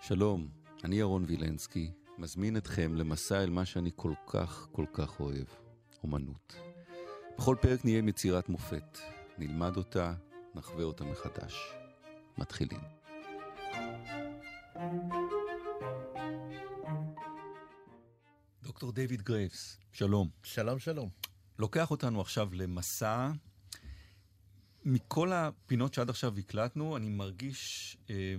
שלום, אני ירון וילנסקי, מזמין אתכם למסע אל מה שאני כל כך אוהב, אומנות. בכל פרק נהיה עם יצירת מופת, נלמד אותה, נחווה אותה מחדש. מתחילים. דוקטור דיוויד גרייבס, שלום. שלום, שלום. לוקח אותנו עכשיו למסע. מכל הפינות שעד עכשיו הקלטנו, אני מרגיש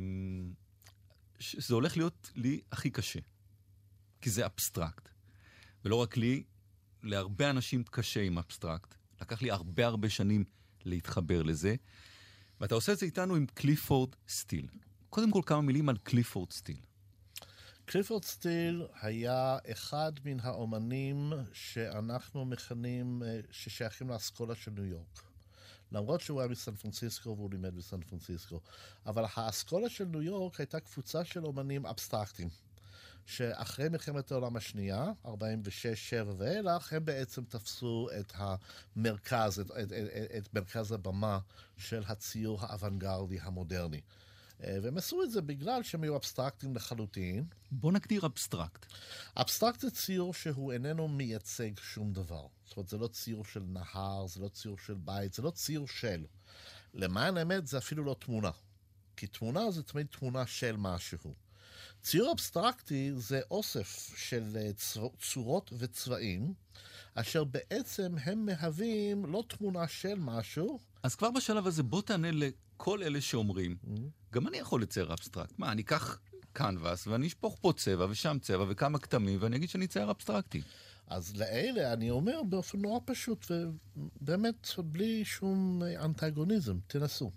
שזה הולך להיות לי הכי קשה. כי זה אבסטרקט. ולא רק לי, להרבה אנשים קשה עם אבסטרקט. לקח לי הרבה שנים להתחבר לזה. ואתה עושה את זה איתנו עם קליפורד סטיל. קודם כל כמה מילים על קליפורד סטיל. קליפורד סטיל היה אחד מן האומנים שאנחנו מכנים, ששייכים לאסכולה של ניו יורק. למרות שהוא היה מסן פרנסיסקו והוא לימד בסן פרנסיסקו. אבל האסכולה של ניו יורק הייתה קבוצה של אומנים אבסטרקטיים. שאחרי מלחמת העולם השנייה, 46-7 ואילך, הם בעצם תפסו את המרכז, את מרכז הבמה של הציור האוונגרדי המודרני. והם עשו את זה בגלל שהם היו אבסטרקטים לחלוטין. בוא נגדיר אבסטרקט. אבסטרקט זה ציור שהוא איננו מייצג שום דבר. זאת אומרת, זה לא ציור של נהר, זה לא ציור של בית, זה לא ציור של. למען האמת, זה אפילו לא תמונה. כי תמונה זה תמיד תמונה של משהו. ציור אבסטרקטי זה אוסף של צורות וצבעים, אשר בעצם הם מהווים לא תמונה של משהו. אז כבר בשלב הזה בוא תענה לכל אלה שאומרים, גם אני יכול לצייר אבסטרקט. מה, אני אקח קנבס ואני אשפוך פה צבע ושם צבע וכמה כתמים ואני אגיד שאני צייר אבסטרקטי. אז לאלה אני אומר באופן נורא פשוט ובאמת בלי שום אנטגוניזם, תנסו.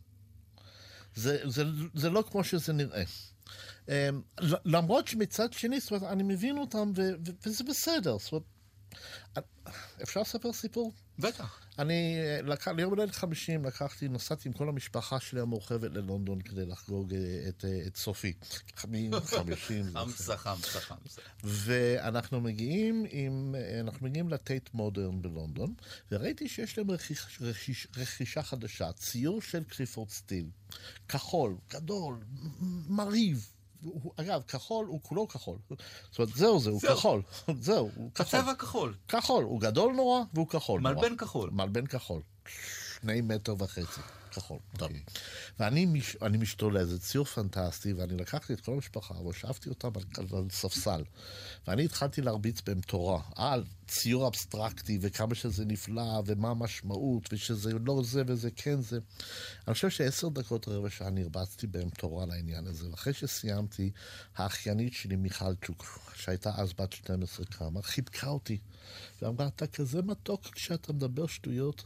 זה לא כמו שזה נראה. למרות שמצד שני, זאת אומרת, אני מבין אותם וזה בסדר. זאת אומרת, אפשר לספר סיפור? בטח. ליום הלילה 50 נסעתי עם כל המשפחה שלי המורחבת ללונדון כדי לחגוג את סופי. 50. חמסה. ואנחנו מגיעים לטייט מודרן בלונדון, וראיתי שיש להם רכישה חדשה, ציור של קליפורד סטיל. כחול, גדול, מריב. אגב, כחול הוא כולו כחול. זאת אומרת, זהו, הוא כחול. זהו, הוא כחול. הצבע כחול. כחול, הוא גדול נורא והוא כחול נורא. מלבן כחול. 2.5 מטר כחול. טוב. ואני משתולל, זה ציור פנטסטי, ואני לקחתי את כל המשפחה, ושאפתי אותם על ספסל. ואני התחלתי להרביץ בהם תורה, על ציור אבסטרקטי, וכמה שזה נפלא, ומה המשמעות, ושזה לא זה וזה כן זה. אני חושב ש10 דקות רבע שעה נרבצתי בהם תורה לעניין הזה, ואחרי שסיימתי, האחיינית שלי מיכל צ'וק, שהייתה אז בת 12 כמה, חיבקה אותי, ואמרה, אתה כזה מתוק כשאתה מדבר שטויות.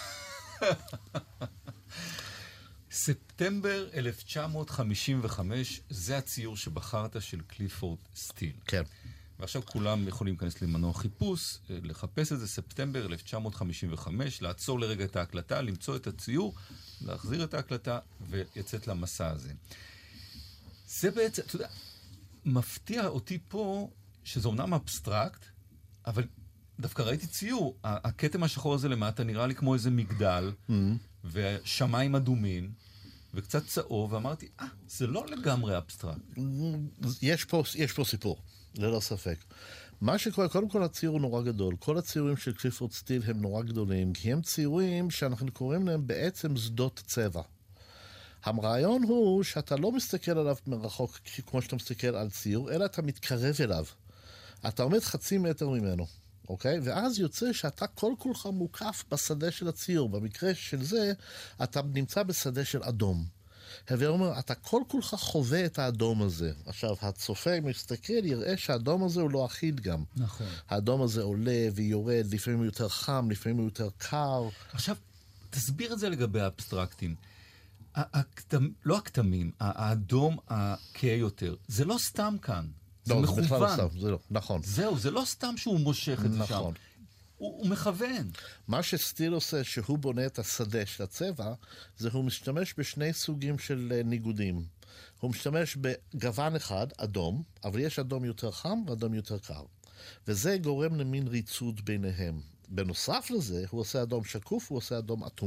ספטמבר 1955, זה הציור שבחרת של קליפורד סטיל. כן. ועכשיו כולם יכולים להיכנס למנוע חיפוש, לחפש את זה, ספטמבר 1955, לעצור לרגע את ההקלטה, למצוא את הציור, להחזיר את ההקלטה ויצאת למסע הזה. זה בעצם, אתה יודע, מפתיע אותי פה שזה אומנם אבסטרקט, אבל דווקא ראיתי ציור. הכתם השחור הזה למטה נראה לי כמו איזה מגדל, ושמיים אדומים, וקצת צהוב, ואמרתי, זה לא לגמרי אבסטרקט. יש פה סיפור, ללא ספק. מה שקורה, קודם כל הציור הוא נורא גדול. כל הציורים של קליפורד סטיל הם נורא גדולים, כי הם ציורים שאנחנו קוראים להם בעצם שדות צבע. הרעיון הוא שאתה לא מסתכל עליו מרחוק כמו שאתה מסתכל על ציור, אלא אתה מתקרב אליו. אתה עומד 0.5 מטר ממנו. אוקיי? ואז יוצא שאתה כל כולך מוקף בשדה של הציור. במקרה של זה, אתה נמצא בשדה של אדום. הווה אומר, אתה כל כולך חווה את האדום הזה. עכשיו, הצופה מסתכל, יראה שהאדום הזה הוא לא אחיד גם. נכון. האדום הזה עולה ויורד, לפעמים הוא יותר חם, לפעמים הוא יותר קר. עכשיו, תסביר את זה לגבי האבסטרקטים. לא הכתמים, האדום הכהה יותר. זה לא סתם כאן. זה מכוון. זה לא, נכון. זהו, זה לא סתם שהוא מושך את זה שם. נכון. הוא מכוון. מה שסטיל עושה, שהוא בונה את השדה של הצבע, זה הוא משתמש בשני סוגים של ניגודים. הוא משתמש בגוון אחד, אדום, אבל יש אדום יותר חם ואדום יותר קר. וזה גורם למין ריצוד ביניהם. בנוסף לזה, הוא עושה אדום שקוף, הוא עושה אדום אטום.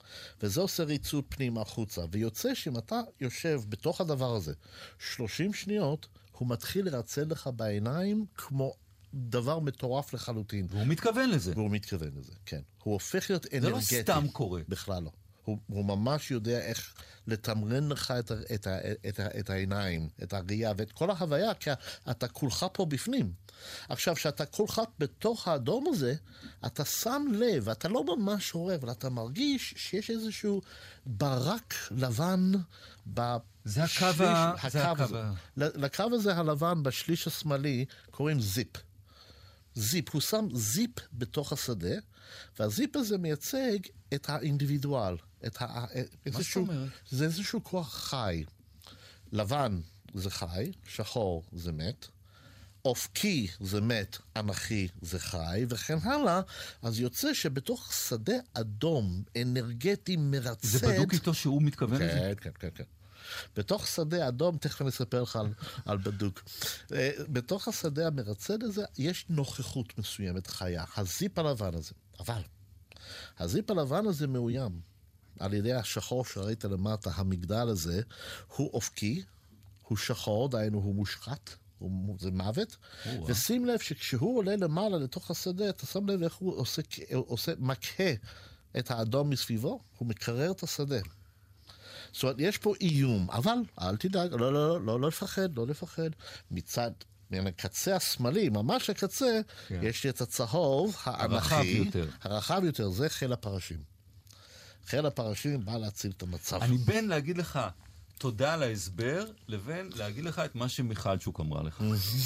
וזה עושה ריצות פנימה החוצה, ויוצא שאם אתה יושב בתוך הדבר הזה 30 שניות, הוא מתחיל לרצד לך בעיניים כמו דבר מטורף לחלוטין. והוא מתכוון לזה. והוא מתכוון לזה, כן. הוא הופך להיות אנרגטי. זה לא סתם קורה. בכלל לא. הוא ממש יודע איך לתמרן לך את העיניים, את הראייה ואת כל ההוויה, כי אתה כולך פה בפנים. עכשיו, שאתה כולך בתוך האדום הזה, אתה שם לב, אתה לא ממש רואה, אבל אתה מרגיש שיש איזשהו ברק לבן זה הקו הזה. לקו הזה הלבן בשליש השמאלי קוראים זיפ. זיפ, הוא שם זיפ בתוך השדה, והזיפ הזה מייצג את האינדיבידואל. מה זאת אומרת? זה איזשהו כוח חי. לבן זה חי, שחור זה מת, אופקי זה מת, אנכי זה חי, וכן הלאה. אז יוצא שבתוך שדה אדום, אנרגטי מרצד... זה בדוק איתו שהוא מתכוון לזה? כן, כן, כן. בתוך שדה אדום, תכף אני אספר לך על בדוק. בתוך השדה המרצד הזה, יש נוכחות מסוימת חיה, הזיפ הלבן הזה. אבל, הזיפ הלבן הזה מאוים על ידי השחור שראית למטה, המגדל הזה, הוא אופקי, הוא שחור, דהיינו הוא מושחת, זה מוות, ושים לב שכשהוא עולה למעלה לתוך השדה, אתה שם לב איך הוא עושה מכה את האדום מסביבו, הוא מקרר את השדה. זאת אומרת, יש פה איום, אבל אל תדאג, לא לפחד, לא לפחד. מצד, מהקצה השמאלי, ממש הקצה, יש לי את הצהוב, האנכי, הרחב יותר, זה חיל הפרשים. חיל הפרשים בא להציל את המצב. אני בין להגיד לך תודה על ההסבר, לבין להגיד לך את מה שמיכל שוק אמרה לך.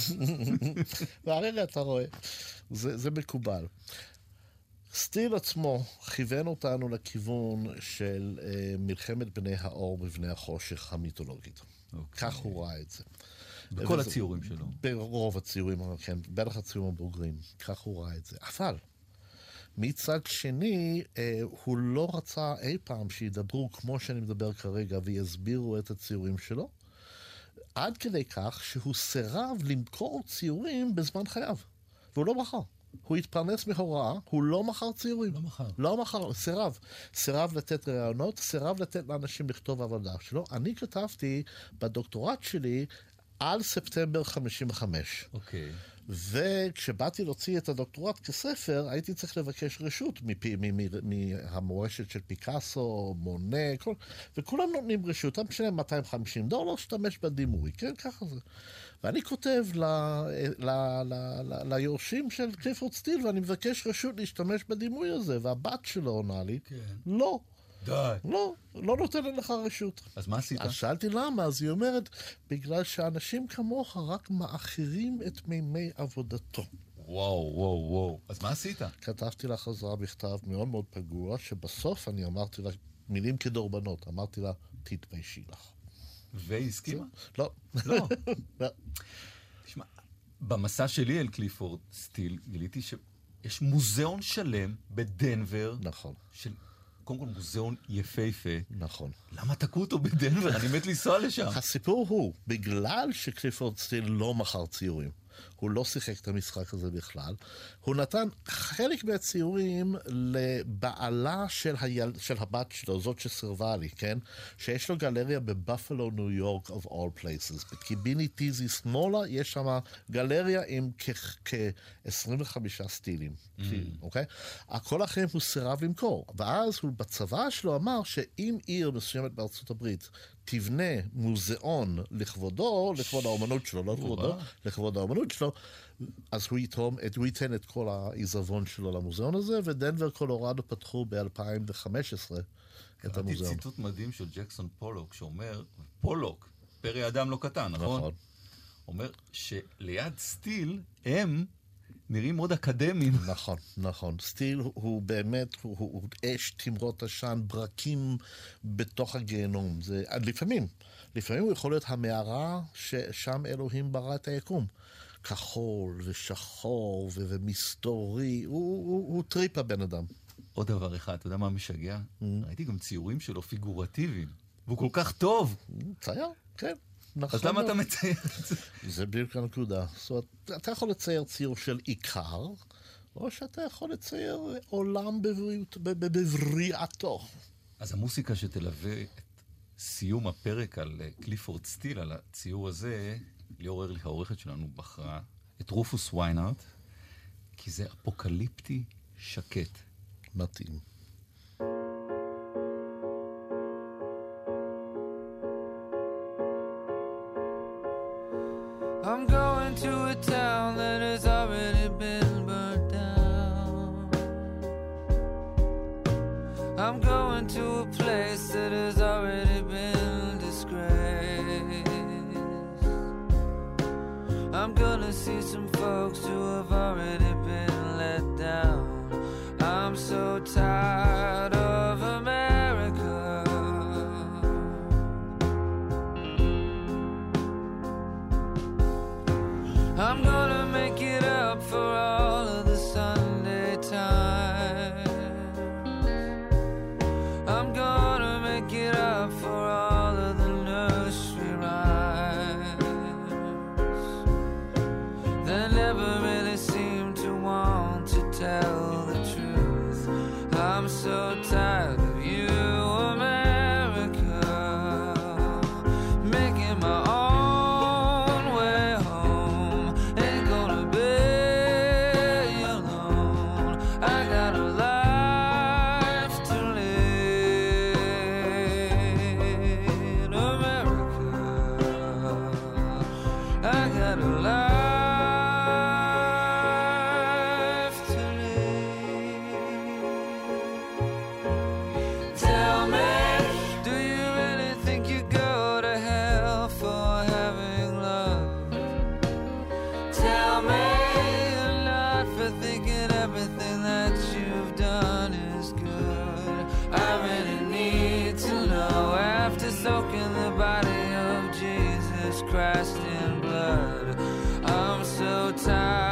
והרגע אתה רואה, זה מקובל. סטיל עצמו כיוון אותנו לכיוון של מלחמת בני האור ובני החושך המיתולוגית. כך הוא ראה את זה. בכל הציורים שלו. ברוב הציורים, כן, בטח הציורים הבוגרים. כך הוא ראה את זה. אבל מצד שני, הוא לא רצה אי פעם שידברו כמו שאני מדבר כרגע ויסבירו את הציורים שלו, עד כדי כך שהוא סירב למכור ציורים בזמן חייו. והוא לא מכר. הוא התפרנס מהוראה, הוא לא מכר ציורים. לא מכר, סירב. סירב לתת רעיונות, סירב לתת לאנשים לכתוב עבודה שלו. אני כתבתי בדוקטורט שלי על ספטמבר 55. אוקיי. וכשבאתי להוציא את הדוקטורט כספר, הייתי צריך לבקש רשות מהמורשת של פיקאסו, מונה, וכולם נותנים רשות, הם משלם $250, שתמש בדימוי, כן, ככה זה. ואני כותב ליורשים של קליפורד סטיל, ואני מבקש רשות להשתמש בדימוי הזה, והבת שלו עונה לי, לא. די. לא נותנת לך רשות. אז מה עשית? אז שאלתי למה, אז היא אומרת, בגלל שאנשים כמוך רק מאחרים את מימי עבודתו. וואו. אז מה עשית? כתבתי לה חזרה בכתב מאוד מאוד פגוע, שבסוף אני אמרתי לה, מילים כדורבנות, אמרתי לה, תתביישי לך. והיא הסכימה? לא. לא. תשמע, במסע שלי אל קליפורד סטיל, גיליתי שיש מוזיאון שלם בדנבר. נכון. קודם כל מוזיאון יפהפה. נכון. למה תקעו אותו בדנבר? אני מת לנסוע לשם. הסיפור הוא, בגלל שקליפורד סטיל לא מכר ציורים, הוא לא שיחק את המשחק הזה בכלל, הוא נתן חלק מהציורים לבעלה של הבת שלו, זאת שסרבה לי, כן? שיש לו גלריה בבאפלו, ניו יורק, of all places. בקיביני טיזי שמאלה, יש שם גלריה עם כ-25 סטילים, אוקיי? כל האחרים הוא סירב למכור, ואז הוא בצבא שלו אמר שאם עיר מסוימת בארצות הברית תבנה מוזיאון לכבודו, לכבוד האומנות שלו, לא לכבודו, לכבוד האומנות שלו, אז הוא ייתן את כל העיזבון שלו למוזיאון הזה, ודנבר קולורדו פתחו ב-2015 את המוזיאון. קראתי ציטוט מדהים של ג'קסון פולוק, שאומר, פולוק, פרי אדם לא קטן, נכון? אומר שליד סטיל הם נראים מאוד אקדמיים. נכון. סטיל הוא באמת, הוא אש, תמרות עשן, ברקים בתוך הגיהנום. לפעמים הוא יכול להיות המערה ששם אלוהים ברא את היקום. כחול ושחור ומסתורי, הוא טריפ הבן אדם. עוד דבר אחד, אתה יודע מה משגע? ראיתי גם ציורים שלו פיגורטיביים, והוא כל כך טוב. צייר, כן. נכון. אז למה אתה מצייר את זה? זה בדיוק הנקודה. זאת אומרת, אתה יכול לצייר ציור של עיקר, או שאתה יכול לצייר עולם בבריאתו. אז המוסיקה שתלווה את סיום הפרק על קליפורד סטיל, על הציור הזה, ליאור ארליך, העורכת שלנו, בחרה את רופוס ויינארט, כי זה אפוקליפטי שקט. מתאים. I'm going to a town that has already been burnt down. I'm going to a place that has already been disgraced. I'm gonna see some folks who have already been let down. I'm so tired of America. I'm gonna make it up for all of the Sunday times. I'm gonna make it up for all of the nursery rhymes that never really seem to want to tell the truth. I'm so tired of you, America, making my own way home. Ain't gonna be alone. I got a life to lead, America. I got a life to lead. Tell me, do you really think you go to hell for having love? Tell me you're not for thinking everything that you've done is good. I really need to know, after soaking the body of Jesus Christ in blood, I'm so tired